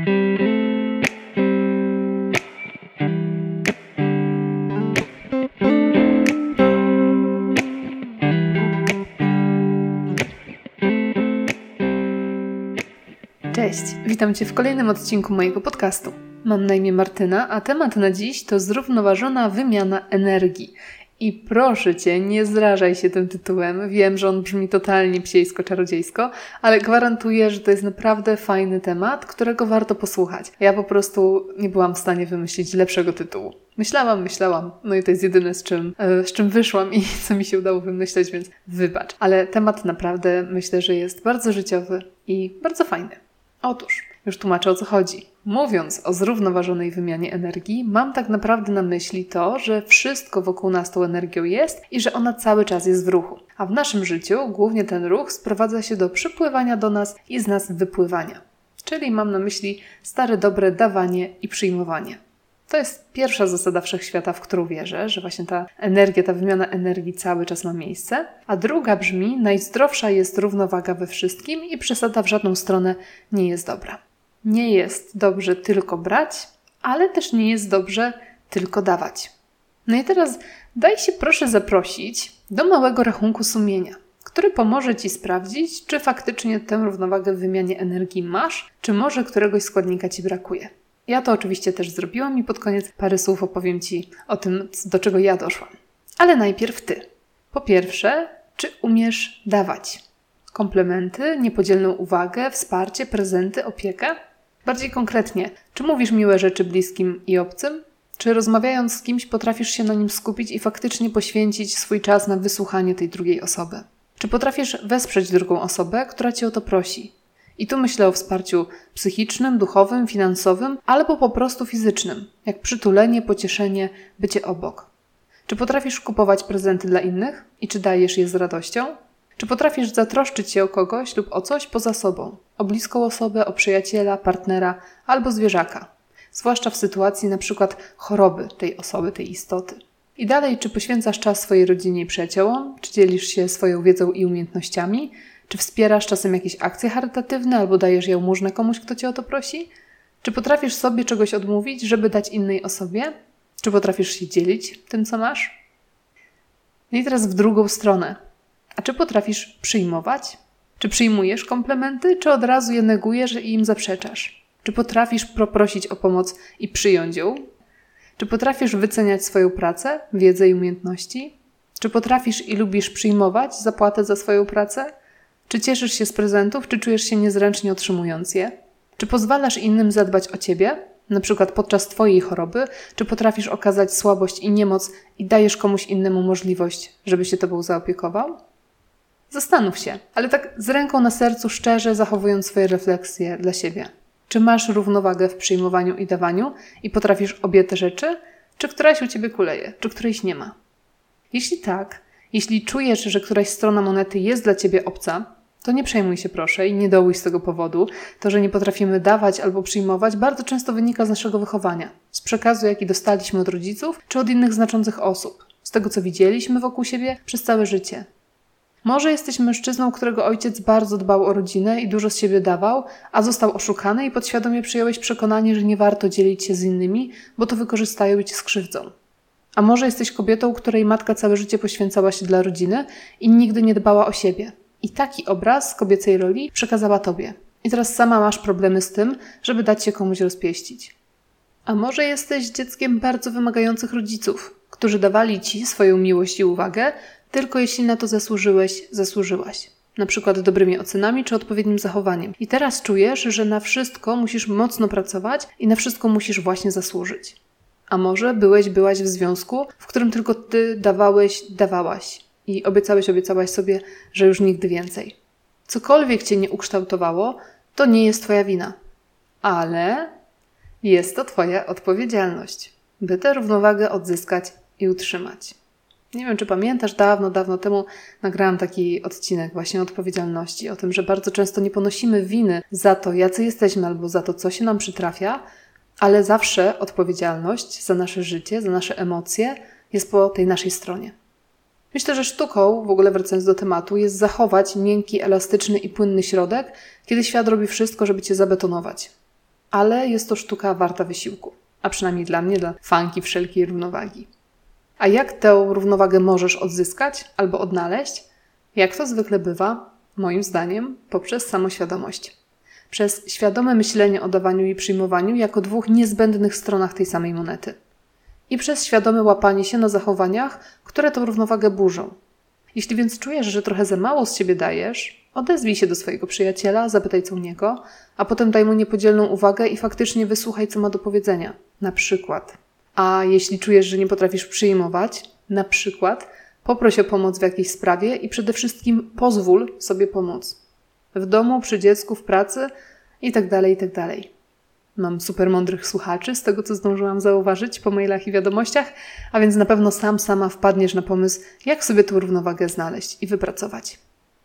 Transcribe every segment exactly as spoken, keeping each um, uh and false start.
Cześć, witam Cię w kolejnym odcinku mojego podcastu. Mam na imię Martyna, a temat na dziś to zrównoważona wymiana energii. I proszę Cię, nie zrażaj się tym tytułem. Wiem, że on brzmi totalnie psiejsko-czarodziejsko, ale gwarantuję, że to jest naprawdę fajny temat, którego warto posłuchać. Ja po prostu nie byłam w stanie wymyślić lepszego tytułu. Myślałam, myślałam, no i to jest jedyne z czym, z czym wyszłam i co mi się udało wymyśleć, więc wybacz. Ale temat naprawdę myślę, że jest bardzo życiowy i bardzo fajny. Otóż, już tłumaczę, o co chodzi. Mówiąc o zrównoważonej wymianie energii, mam tak naprawdę na myśli to, że wszystko wokół nas tą energią jest i że ona cały czas jest w ruchu. A w naszym życiu głównie ten ruch sprowadza się do przypływania do nas i z nas wypływania. Czyli mam na myśli stare, dobre dawanie i przyjmowanie. To jest pierwsza zasada wszechświata, w którą wierzę, że właśnie ta energia, ta wymiana energii cały czas ma miejsce. A druga brzmi, najzdrowsza jest równowaga we wszystkim i przesada w żadną stronę nie jest dobra. Nie jest dobrze tylko brać, ale też nie jest dobrze tylko dawać. No i teraz daj się proszę zaprosić do małego rachunku sumienia, który pomoże Ci sprawdzić, czy faktycznie tę równowagę w wymianie energii masz, czy może któregoś składnika Ci brakuje. Ja to oczywiście też zrobiłam i pod koniec parę słów opowiem Ci o tym, do czego ja doszłam. Ale najpierw Ty. Po pierwsze, czy umiesz dawać? Komplementy, niepodzielną uwagę, wsparcie, prezenty, opiekę? Bardziej konkretnie, czy mówisz miłe rzeczy bliskim i obcym? Czy rozmawiając z kimś potrafisz się na nim skupić i faktycznie poświęcić swój czas na wysłuchanie tej drugiej osoby? Czy potrafisz wesprzeć drugą osobę, która Cię o to prosi? I tu myślę o wsparciu psychicznym, duchowym, finansowym, albo po prostu fizycznym, jak przytulenie, pocieszenie, bycie obok. Czy potrafisz kupować prezenty dla innych i czy dajesz je z radością? Czy potrafisz zatroszczyć się o kogoś lub o coś poza sobą, o bliską osobę, o przyjaciela, partnera albo zwierzaka, zwłaszcza w sytuacji na przykład choroby tej osoby, tej istoty? I dalej, czy poświęcasz czas swojej rodzinie i przyjaciołom? Czy dzielisz się swoją wiedzą i umiejętnościami? Czy wspierasz czasem jakieś akcje charytatywne albo dajesz jałmużnę komuś, kto Cię o to prosi? Czy potrafisz sobie czegoś odmówić, żeby dać innej osobie? Czy potrafisz się dzielić tym, co masz? No i teraz w drugą stronę. A czy potrafisz przyjmować? Czy przyjmujesz komplementy, czy od razu je negujesz i im zaprzeczasz? Czy potrafisz poprosić o pomoc i przyjąć ją? Czy potrafisz wyceniać swoją pracę, wiedzę i umiejętności? Czy potrafisz i lubisz przyjmować zapłatę za swoją pracę? Czy cieszysz się z prezentów, czy czujesz się niezręcznie otrzymując je? Czy pozwalasz innym zadbać o Ciebie, na przykład podczas Twojej choroby? Czy potrafisz okazać słabość i niemoc i dajesz komuś innemu możliwość, żeby się Tobą zaopiekował? Zastanów się, ale tak z ręką na sercu, szczerze zachowując swoje refleksje dla siebie. Czy masz równowagę w przyjmowaniu i dawaniu i potrafisz obie te rzeczy? Czy któraś u Ciebie kuleje, czy którejś nie ma? Jeśli tak, jeśli czujesz, że któraś strona monety jest dla Ciebie obca, to nie przejmuj się proszę i nie dołuj z tego powodu. To, że nie potrafimy dawać albo przyjmować, bardzo często wynika z naszego wychowania. Z przekazu, jaki dostaliśmy od rodziców, czy od innych znaczących osób. Z tego, co widzieliśmy wokół siebie przez całe życie. Może jesteś mężczyzną, którego ojciec bardzo dbał o rodzinę i dużo z siebie dawał, a został oszukany i podświadomie przyjąłeś przekonanie, że nie warto dzielić się z innymi, bo to wykorzystają i Cię skrzywdzą. A może jesteś kobietą, której matka całe życie poświęcała się dla rodziny i nigdy nie dbała o siebie. I taki obraz kobiecej roli przekazała Tobie. I teraz sama masz problemy z tym, żeby dać się komuś rozpieścić. A może jesteś dzieckiem bardzo wymagających rodziców, którzy dawali Ci swoją miłość i uwagę, tylko jeśli na to zasłużyłeś, zasłużyłaś. Na przykład dobrymi ocenami czy odpowiednim zachowaniem. I teraz czujesz, że na wszystko musisz mocno pracować i na wszystko musisz właśnie zasłużyć. A może byłeś, byłaś w związku, w którym tylko Ty dawałeś, dawałaś. I obiecałeś, obiecałaś sobie, że już nigdy więcej. Cokolwiek Cię nie ukształtowało, to nie jest Twoja wina. Ale jest to Twoja odpowiedzialność, by tę równowagę odzyskać i utrzymać. Nie wiem, czy pamiętasz, dawno, dawno temu nagrałam taki odcinek właśnie o odpowiedzialności, o tym, że bardzo często nie ponosimy winy za to, jacy jesteśmy albo za to, co się nam przytrafia, ale zawsze odpowiedzialność za nasze życie, za nasze emocje jest po tej naszej stronie. Myślę, że sztuką, w ogóle wracając do tematu, jest zachować miękki, elastyczny i płynny środek, kiedy świat robi wszystko, żeby Cię zabetonować. ale jest to sztuka warta wysiłku. A przynajmniej dla mnie, dla fanki wszelkiej równowagi. A jak tę równowagę możesz odzyskać albo odnaleźć? Jak to zwykle bywa, moim zdaniem, poprzez samoświadomość. Przez świadome myślenie o dawaniu i przyjmowaniu jako dwóch niezbędnych stronach tej samej monety. I przez świadome łapanie się na zachowaniach, które tę równowagę burzą. Jeśli więc czujesz, że trochę za mało z siebie dajesz, odezwij się do swojego przyjaciela, zapytaj co u niego, a potem daj mu niepodzielną uwagę i faktycznie wysłuchaj, co ma do powiedzenia. Na przykład. A jeśli czujesz, że nie potrafisz przyjmować, na przykład poproś o pomoc w jakiejś sprawie i przede wszystkim pozwól sobie pomóc. W domu, przy dziecku, w pracy i tak dalej, i tak dalej. Mam super mądrych słuchaczy, z tego co zdążyłam zauważyć po mailach i wiadomościach, a więc na pewno sam, sama wpadniesz na pomysł, jak sobie tę równowagę znaleźć i wypracować.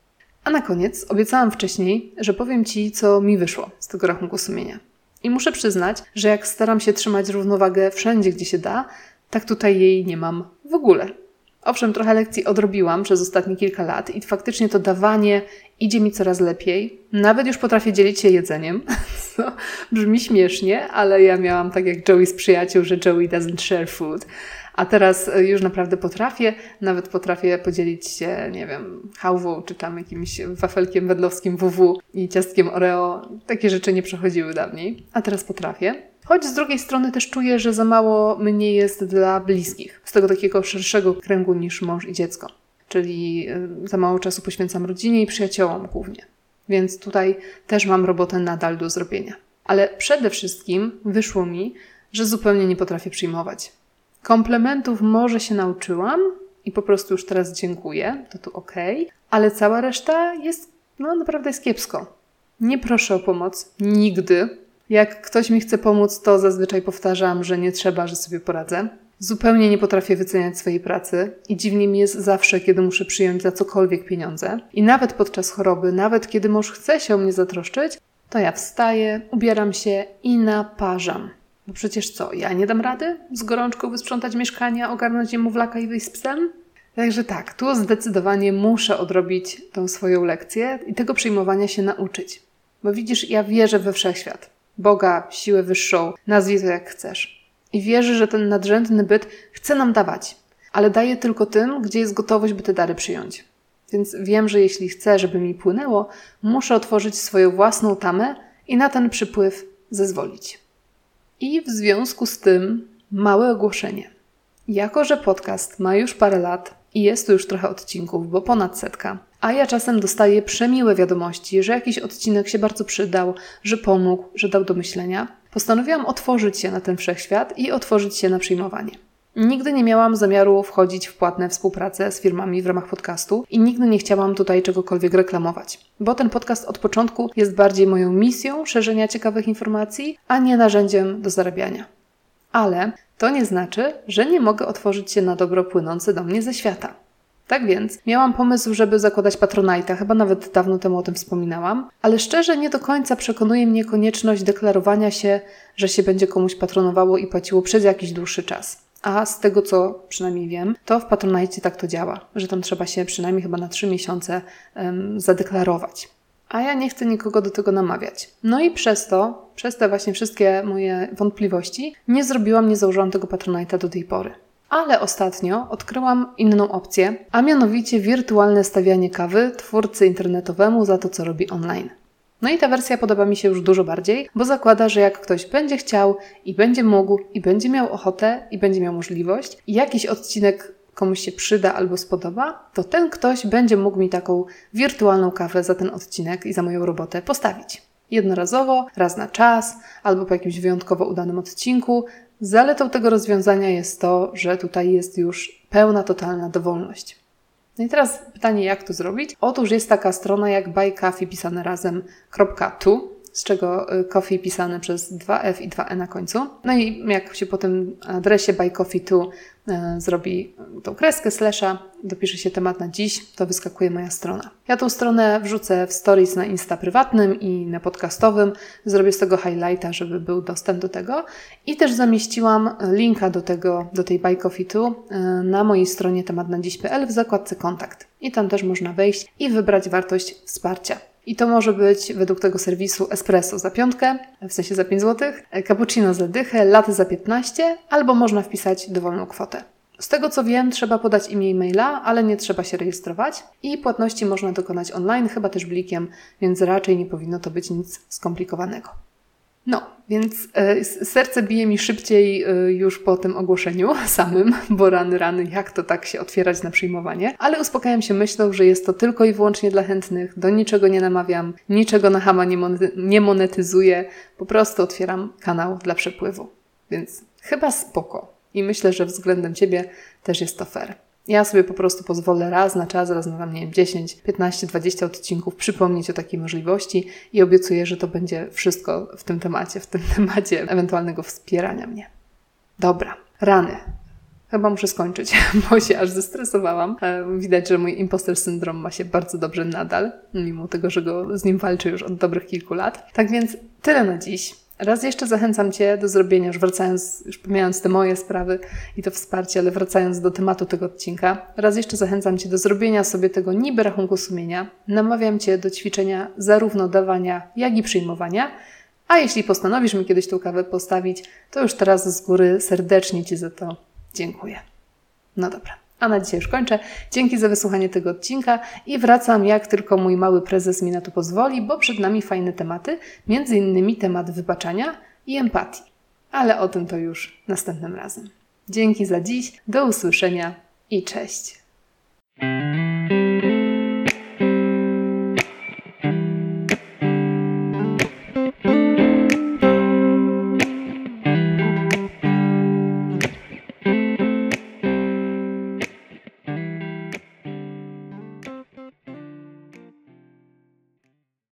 A na koniec obiecałam wcześniej, że powiem Ci, co mi wyszło z tego rachunku sumienia. I muszę przyznać, że jak staram się trzymać równowagę wszędzie, gdzie się da, tak tutaj jej nie mam w ogóle. Owszem, trochę lekcji odrobiłam przez ostatnie kilka lat i faktycznie to dawanie idzie mi coraz lepiej. Nawet już potrafię dzielić się jedzeniem, co brzmi śmiesznie, ale ja miałam tak jak Joey z Przyjaciół, że Joey doesn't share food. A teraz już naprawdę potrafię, nawet potrafię podzielić się, nie wiem, chałwą, czy tam jakimś wafelkiem wedlowskim W W i ciastkiem Oreo. Takie rzeczy nie przechodziły dawniej, a teraz potrafię. Choć z drugiej strony też czuję, że za mało mnie jest dla bliskich, z tego takiego szerszego kręgu niż mąż i dziecko. Czyli za mało czasu poświęcam rodzinie i przyjaciołom głównie. Więc tutaj też mam robotę nadal do zrobienia. Ale przede wszystkim wyszło mi, że zupełnie nie potrafię przyjmować. Komplementów może się nauczyłam i po prostu już teraz dziękuję, to tu okej, okay, ale cała reszta jest, no naprawdę jest kiepsko. Nie proszę o pomoc, nigdy. Jak ktoś mi chce pomóc, to zazwyczaj powtarzam, że nie trzeba, że sobie poradzę. Zupełnie nie potrafię wyceniać swojej pracy i dziwnie mi jest zawsze, kiedy muszę przyjąć za cokolwiek pieniądze. I nawet podczas choroby, nawet kiedy mąż chce się o mnie zatroszczyć, to ja wstaję, ubieram się i naparzam. Bo przecież co, ja nie dam rady z gorączką wysprzątać mieszkania, ogarnąć niemowlaka i wyjść z psem? Także tak, tu zdecydowanie muszę odrobić tą swoją lekcję i tego przyjmowania się nauczyć. Bo widzisz, ja wierzę we wszechświat. Boga, siłę wyższą, nazwij to jak chcesz. I wierzę, że ten nadrzędny byt chce nam dawać, ale daje tylko tym, gdzie jest gotowość, by te dary przyjąć. Więc wiem, że jeśli chcę, żeby mi płynęło, muszę otworzyć swoją własną tamę i na ten przypływ zezwolić. I w związku z tym małe ogłoszenie. Jako że podcast ma już parę lat i jest tu już trochę odcinków, bo ponad setka, a ja czasem dostaję przemiłe wiadomości, że jakiś odcinek się bardzo przydał, że pomógł, że dał do myślenia, postanowiłam otworzyć się na ten wszechświat i otworzyć się na przyjmowanie. Nigdy nie miałam zamiaru wchodzić w płatne współpracę z firmami w ramach podcastu i nigdy nie chciałam tutaj czegokolwiek reklamować, bo ten podcast od początku jest bardziej moją misją szerzenia ciekawych informacji, a nie narzędziem do zarabiania. Ale to nie znaczy, że nie mogę otworzyć się na dobro płynące do mnie ze świata. Tak więc miałam pomysł, żeby zakładać Patronite'a, chyba nawet dawno temu o tym wspominałam, ale szczerze nie do końca przekonuje mnie konieczność deklarowania się, że się będzie komuś patronowało i płaciło przez jakiś dłuższy czas. A z tego, co przynajmniej wiem, to w Patronite tak to działa, że tam trzeba się przynajmniej chyba na trzy miesiące um, zadeklarować. A ja nie chcę nikogo do tego namawiać. No i przez to, przez te właśnie wszystkie moje wątpliwości, nie zrobiłam, nie założyłam tego Patronite'a do tej pory. Ale ostatnio odkryłam inną opcję, a mianowicie wirtualne stawianie kawy twórcy internetowemu za to, co robi online. No i ta wersja podoba mi się już dużo bardziej, bo zakłada, że jak ktoś będzie chciał i będzie mógł i będzie miał ochotę i będzie miał możliwość i jakiś odcinek komuś się przyda albo spodoba, to ten ktoś będzie mógł mi taką wirtualną kawę za ten odcinek i za moją robotę postawić. Jednorazowo, raz na czas albo po jakimś wyjątkowo udanym odcinku. Zaletą tego rozwiązania jest to, że tutaj jest już pełna, totalna dowolność. No i teraz pytanie, jak to zrobić? Otóż jest taka strona jak buycoffee pisane razem .to, z czego coffee pisane przez dwa F i dwa E na końcu. No i jak się po tym adresie buycoffee to e, zrobi tą kreskę slasha, dopisze się temat na dziś, to wyskakuje moja strona. Ja tą stronę wrzucę w stories na Insta prywatnym i na podcastowym. Zrobię z tego highlighta, żeby był dostęp do tego. I też zamieściłam linka do tego, do tej buycoffee to e, na mojej stronie temat na dziś kropka p l w zakładce kontakt. I tam też można wejść i wybrać wartość wsparcia. I to może być według tego serwisu espresso za piątkę, w sensie za pięć złotych, cappuccino za dychę, latte za piętnaście, albo można wpisać dowolną kwotę. Z tego co wiem, trzeba podać imię i maila, ale nie trzeba się rejestrować i płatności można dokonać online, chyba też blikiem, więc raczej nie powinno to być nic skomplikowanego. No, więc e, serce bije mi szybciej e, już po tym ogłoszeniu samym, bo rany, rany, jak to tak się otwierać na przyjmowanie, ale uspokajam się myślą, że jest to tylko i wyłącznie dla chętnych, do niczego nie namawiam, niczego na chama nie, monety- nie monetyzuję, po prostu otwieram kanał dla przepływu, więc chyba spoko i myślę, że względem Ciebie też jest to fair. Ja sobie po prostu pozwolę raz na czas, raz na tam, nie wiem, dziesięć, piętnaście, dwadzieścia odcinków przypomnieć o takiej możliwości i obiecuję, że to będzie wszystko w tym temacie, w tym temacie ewentualnego wspierania mnie. Dobra, rany. Chyba muszę skończyć, bo się aż zestresowałam. Widać, że mój imposter syndrom ma się bardzo dobrze nadal, mimo tego, że go z nim walczę już od dobrych kilku lat. Tak więc tyle na dziś. Raz jeszcze zachęcam Cię do zrobienia, już wracając, już pomijając te moje sprawy i to wsparcie, ale wracając do tematu tego odcinka, raz jeszcze zachęcam Cię do zrobienia sobie tego niby rachunku sumienia. Namawiam Cię do ćwiczenia zarówno dawania, jak i przyjmowania, a jeśli postanowisz mi kiedyś tą kawę postawić, to już teraz z góry serdecznie Ci za to dziękuję. No dobra. A na dzisiaj już kończę. Dzięki za wysłuchanie tego odcinka i wracam jak tylko mój mały prezes mi na to pozwoli, bo przed nami fajne tematy, między innymi temat wybaczania i empatii. Ale o tym to już następnym razem. Dzięki za dziś, do usłyszenia i cześć.